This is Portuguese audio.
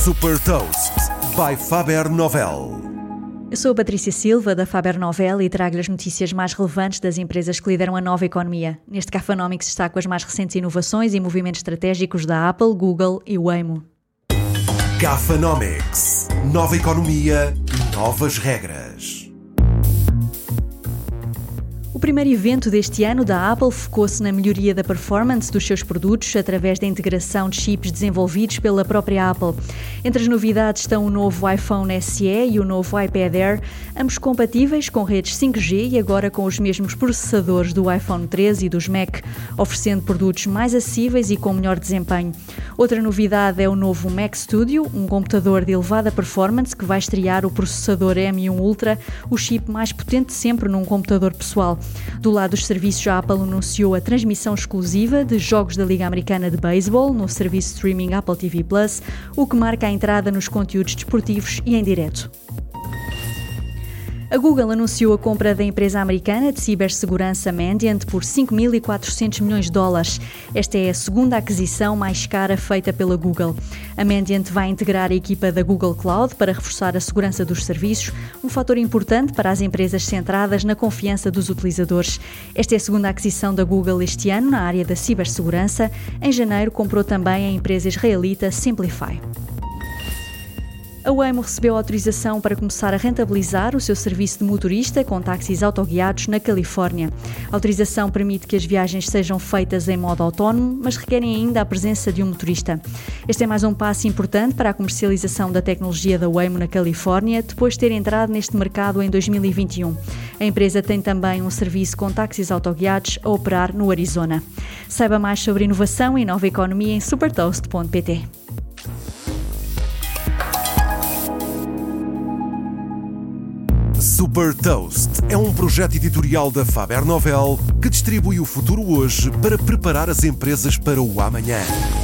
Super Toast by Faber Novel. Eu sou a Patrícia Silva, da Faber Novel, e trago-lhe as notícias mais relevantes das empresas que lideram a nova economia. Neste Cafanomics está com as mais recentes inovações e movimentos estratégicos da Apple, Google e Waymo. Cafanomics. Nova economia, novas regras. O primeiro evento deste ano da Apple focou-se na melhoria da performance dos seus produtos através da integração de chips desenvolvidos pela própria Apple. Entre as novidades estão o novo iPhone SE e o novo iPad Air, ambos compatíveis com redes 5G e agora com os mesmos processadores do iPhone 13 e dos Mac, oferecendo produtos mais acessíveis e com melhor desempenho. Outra novidade é o novo Mac Studio, um computador de elevada performance que vai estrear o processador M1 Ultra, o chip mais potente sempre num computador pessoal. Do lado dos serviços, a Apple anunciou a transmissão exclusiva de jogos da Liga Americana de Beisebol no serviço streaming Apple TV+, o que marca a entrada nos conteúdos desportivos e em direto. A Google anunciou a compra da empresa americana de cibersegurança Mandiant por $5.400 milhões. Esta é a segunda aquisição mais cara feita pela Google. A Mandiant vai integrar a equipa da Google Cloud para reforçar a segurança dos serviços, um fator importante para as empresas centradas na confiança dos utilizadores. Esta é a segunda aquisição da Google este ano na área da cibersegurança. Em janeiro comprou também a empresa israelita Simplify. A Waymo recebeu autorização para começar a rentabilizar o seu serviço de motorista com táxis autoguiados na Califórnia. A autorização permite que as viagens sejam feitas em modo autónomo, mas requerem ainda a presença de um motorista. Este é mais um passo importante para a comercialização da tecnologia da Waymo na Califórnia, depois de ter entrado neste mercado em 2021. A empresa tem também um serviço com táxis autoguiados a operar no Arizona. Saiba mais sobre inovação e nova economia em supertoast.pt. Super Toast é um projeto editorial da Faber Novel que distribui o futuro hoje para preparar as empresas para o amanhã.